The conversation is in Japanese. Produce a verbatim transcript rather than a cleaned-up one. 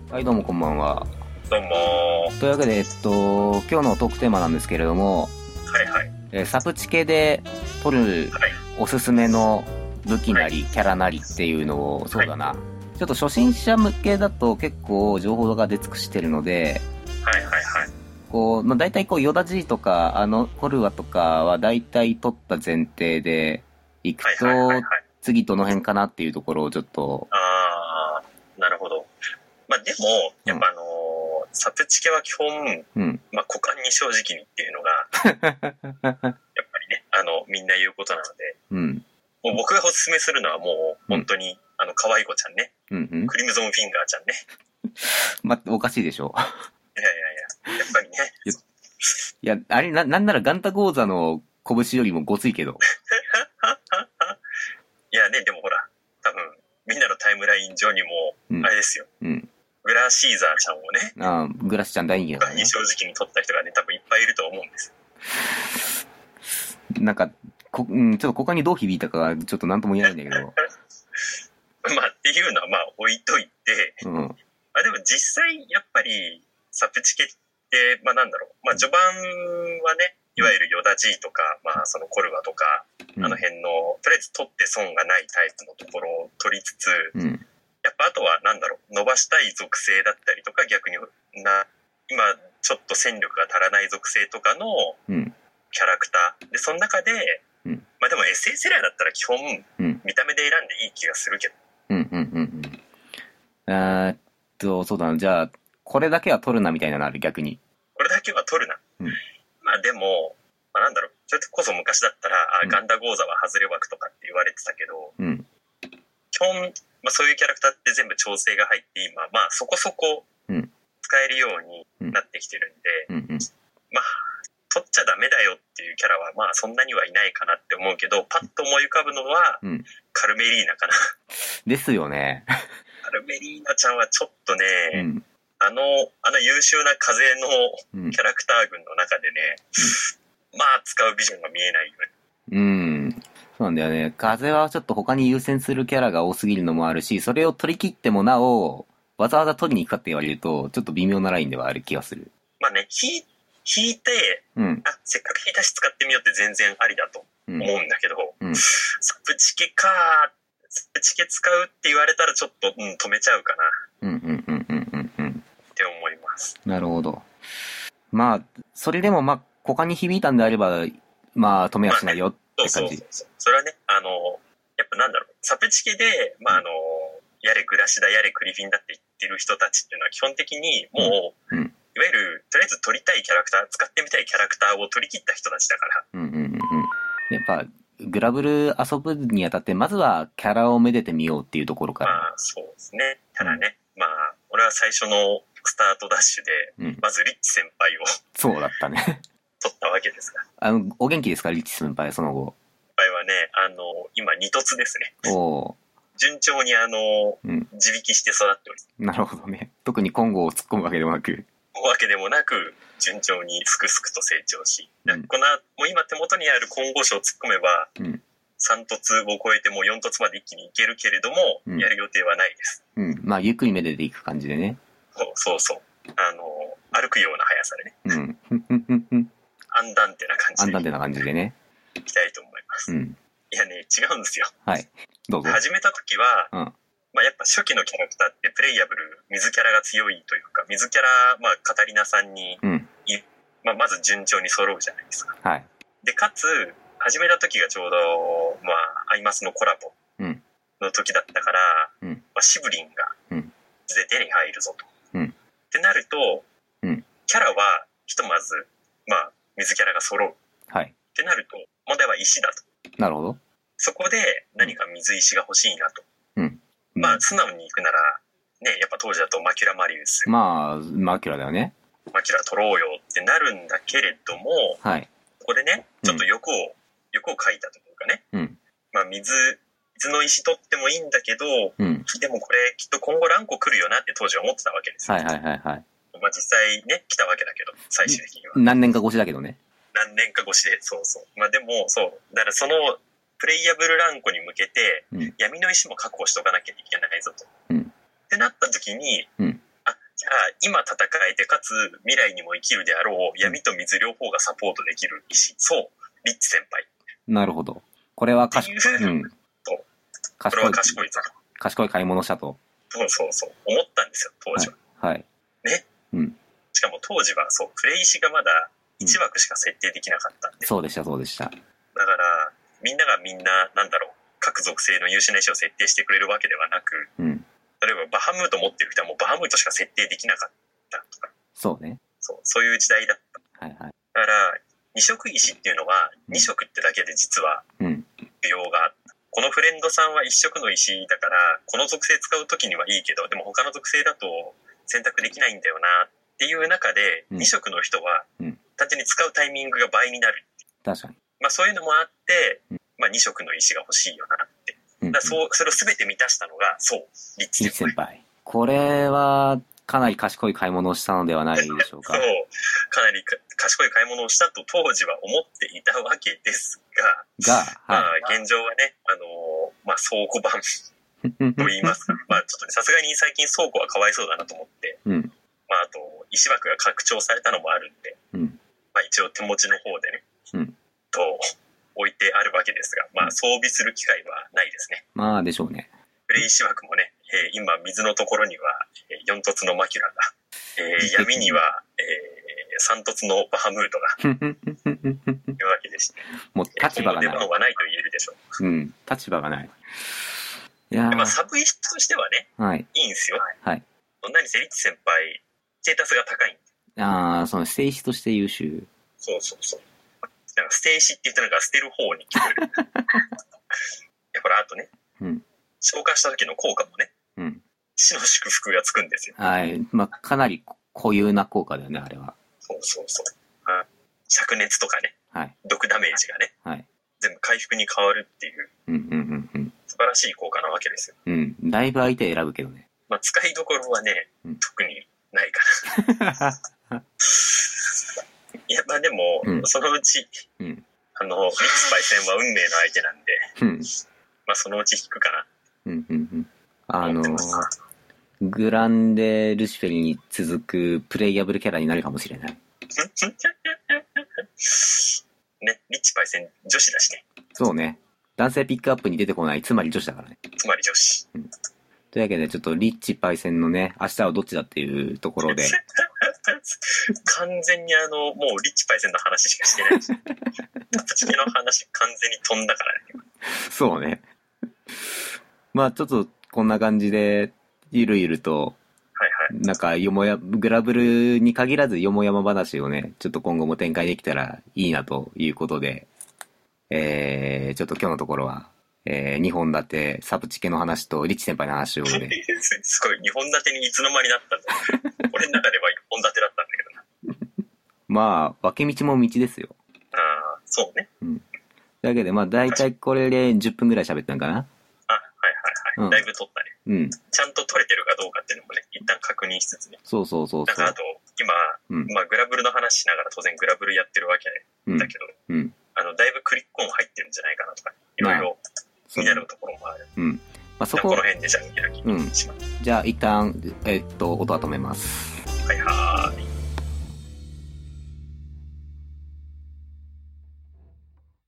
はい、どうもこんばんは。 どうもというわけで、えっと、今日のトークテーマなんですけれども、 はいはい。 えーサプチケで撮るはいおすすめの武器なり、キャラなりっていうのを、そうだな。ちょっと初心者向けだと結構情報が出尽くしてるので、 はいはいはい。 こう、まあ、大体こう、ヨダ G とか、あの、コルワとかは大体撮った前提で行くと、 はいはいはいはい。 次どの辺かなっていうところをちょっと、 あー、なるほど。まあでも、やっぱあのーサプチケは基本、 うん。 まあ股間に正直にっていうのが、やっぱりね、あの、みんな言うことなので、 うん。 もう僕がおすすめするのはもう、本当に、あの、可愛い子ちゃんね。 うんうん。 クリムゾンフィンガーちゃんね。 ま、おかしいでしょ。 いやいやいや、やっぱりね。 いや、あれ、な、なんならガンタゴーザの拳よりもごついけど。 いやね、でもほら、多分、みんなのタイムライン上にも、 うんあれですよ。 うん。 グラシーザーちゃんをね、 ああ、グラシちゃん大人気だからね股間に。正直に撮った人がね、多分いっぱいいると思うんですよ。 なんか、こ、うん、ちょっと他にどう響いたかはちょっとなんとも言えないんだけど。 まあっていうのはまあ置いといて、 うん。 あでも実際やっぱりサプチケってまあなんだろう、まあ序盤はね、いわゆるヨダ G とか、まあそのコルワとか、 うん、 あの辺の、とりあえず取って損がないタイプのところを取りつつ、 うん。 やっぱあとはなんだろう、伸ばしたい属性だったりとか逆にな、今ちょっと戦力が足らない属性とかのキャラクター。で、その中で、 うん、 まあでも エスエス 世代だったら基本、見た目で選んでいい気がするけど。 うん、うん、うん、うん。えーっと、そうだな。じゃあ、これだけは取るなみたいなのある、逆に。 これだけは取るな。 うん、 まあでも、まあなんだろう、それこそ昔だったら、あ、ガンダゴーザは外れ枠とかって言われてたけど、 うん、 基本、まあそういうキャラクターって全部調整が入って今、まあそこそこ使えるようになってきてるんで、 うん、うん、 まあ、取っちゃダメだよっていうキャラはまあそんなにはいないかなって思うけど、パッと思い浮かぶのは、 うん、 カルメリーナかな。 ですよね。 カルメリーナちゃんはちょっとね、 うん、 あの、あの優秀な風のキャラクター群の中でね、うん、まあ使うビジョンが見えないよね。 うん。そうなんだよね。風はちょっと他に優先するキャラが多すぎるのもあるし、それを取り切ってもなお、わざわざ取りに行くかって言われると、ちょっと微妙なラインではある気がする。 まあね、引引いて、 うん、 あ、せっかく引いたし使ってみようって全然ありだと思うんだけど、 うんうん、 サプチケか、サプチケ使うって言われたらちょっと、うん、止めちゃうかな。 うんうんうんうんうんうん。 って思います。 なるほど。まあ、それでもまあ、他に響いたんであれば、まあ、止めはしないよって感じ。 そうそうそうそう。それはね、あの、やっぱなんだろう、サプチケで、まああの、やれグラシだ、やれクリフィンだって言ってる人たちっていうのは基本的にもう、うんうん、いわゆる、とりあえず取りたいキャラクター、使ってみたいキャラクターを取り切った人たちだから。 うんうんうんうん。やっぱ、グラブル遊ぶにあたって、まずはキャラをめでてみようっていうところから。 まあ、そうですね。ただね、うん、まあ、俺は最初のスタートダッシュで、うん、まずリッチ先輩を。 そうだったね。 取ったわけですが。 あの、お元気ですか、リッチ先輩、その後。 先輩はね、あの、今、二突ですね。 おー。 順調にあの、うん、地引きして育っております。なるほどね。特に今後を突っ込むわけでもなく。 わけでもなく、順調にすくすくと成長し、うん、このもう今手元にある金剛書を突っ込めば、うん、さん突を超えてもうよん突まで一気にいけるけれども、うん、やる予定はないです。 うん。まあ、ゆっくりめでていく感じでね。 そうそうそう。あの、歩くような速さでね。うん。アンダンテな感じで。 アンダンテな感じでね。 いきたいと思います。うん。いやね、違うんですよ。 はい。どうぞ。 始めた時は、 うん。 まあやっぱ初期のキャラクターってプレイヤブル、水キャラが強いというか、水キャラ、まあカタリナさんに、うん、まあまず順調に揃うじゃないですか。 はい。 で、かつ、始めた時がちょうど、まあ、アイマスのコラボの時だったから、うん、まあ、シブリンが、で手に入るぞと。うん、ってなると、うん、キャラはひとまず、まあ、水キャラが揃う。 はい。 ってなると、問題は石だと。 なるほど。 そこで何か水石が欲しいなと。うんまあ、素直に行くなら、ね、やっぱ当時だとマキュラマリウス。 まあ、マキュラだよね。 マキュラ取ろうよってなるんだけれども、 はい。 ここでね、ちょっと欲を、うん、欲を書いたというかね。うん。まあ、水、水の石取ってもいいんだけど、うん。でもこれきっと今後何個来るよなって当時は思ってたわけですよ。 はいはいはいはい。 まあ実際ね、来たわけだけど、最終的には。 何年か越しだけどね。 何年か越しで、そうそう。まあでも、そう。だからその、プレイヤブルランコに向けて、うん、闇の石も確保しとかなきゃいけないぞと。うん、ってなった時に、うん、あ、 じゃあ今戦えてかつ未来にも生きるであろう闇と水両方がサポートできる医師、そうリッチ先輩。 なるほど。これは賢い、うん、 とこれは賢いぞと、 賢い買い物したと。 そうそうそう思ったんですよ当時は。 はい。はい、 ね。 うん。 しかも当時はそうプレイ石がまだいちわくしか設定できなかったんで、うん、 そうでしたそうでした。だからみんながみんななんだろう各属性の優秀な石を設定してくれるわけではなく、うん、例えばバハムート持ってる人はもうバハムートしか設定できなかったとか。 そうね。 そう、そういう時代だった。 はいはい。 だから二色石っていうのはに色ってだけで実は需要があった。うん、このフレンドさんはいっ色の石だからこの属性使う時にはいいけどでも他の属性だと選択できないんだよなっていう中で、うん、に色の人は単純に使うタイミングが倍になる。 確かに。 まあそういうのもあって、うん、まあに色の石が欲しいよなって。だからそう、それを全て満たしたのがそうリッチ先輩。 リッチ先輩。これはかなり賢い買い物をしたのではないでしょうか。 そう、かなり賢い買い物をしたと当時は思っていたわけですが、が、はい、まあ現状はね、あのー、まあ倉庫版と言いますか、まあちょっとね、さすがに最近倉庫はかわいそうだなと思って、うん、まああと石枠が拡張されたのもあるんで、うん、まあ一応手持ちの方でね、うん、と置いてあるわけですが、まあ装備する機会はないですね。 まあでしょうね。 プレイ石枠もね、えー、今水のところにはよん凸のマキュラが、えー、闇には、えー、さん凸のバハムートがいうわけでして、 もう立場がない。 出番はないと言えるでしょう。 うん、立場がない。 いやまあサブ石としてはね、はい、いいんですよ。はい。何せリッチ先輩ステータスが高いんで。 ああ、そのステ石として優秀。 そうそうそう。なんかステ石って言ったのが捨てる方に聞こえる。いやこれあとね。うん。消化した時の効果もね、うん、死の祝福がつくんですよ。 はい。まあ、かなり固有な効果だよね、あれは。 そうそうそう。うん、灼熱とかね、はい、毒ダメージがね、はい、全部回復に変わるっていう、うんうんうんうん、素晴らしい効果なわけですよ。 うん。だいぶ相手選ぶけどね。 まあ、使いどころはね、うん、特にないかな。いや、まあでも、うん、そのうち、うん、あの、リッチパイセンは運命の相手なんで、うん、まあそのうち引くかな。うんうんうん。 あのー、グランデ・ルシフェリに続くプレイヤブルキャラになるかもしれない。ね、 リッチパイセン女子だしね。 そうね。男性ピックアップに出てこない、つまり女子だからね。 つまり女子。うん、 というわけで、ちょっとリッチパイセンのね、明日はどっちだっていうところで。 完全にあの、もうリッチパイセンの話しかしてないし。タプチケの話完全に飛んだからね。 そうね。まあちょっとこんな感じでゆるゆると、はいはい、なんかよもやグラブルに限らずよもやま話をねちょっと今後も展開できたらいいなということで、えー、ちょっと今日のところは、えー、にほん立てサブチケの話とリッチ先輩の話をねすごいにほん立てにいつの間になったんだ俺の中ではいっぽん立てだったんだけどなまあ分け道も道ですよ。 ああそうね、うん、 というわけでまあ大体これでじゅっぷんぐらい喋ったんかな。 うん、だいぶ撮ったね、うん。ちゃんと撮れてるかどうかっていうのもね、一旦確認しつつね。 そうそうそうそう。 なんかあと、今、うん、まあグラブルの話しながら当然グラブルやってるわけだけど、うんうん、あの、だいぶクリックオン入ってるんじゃないかなとか、いろいろ気になるところもある。うん。まあそこ。この辺でじゃあ開きします。 うん、じゃあ一旦、えー、っと、音は止めます。 はいはーい。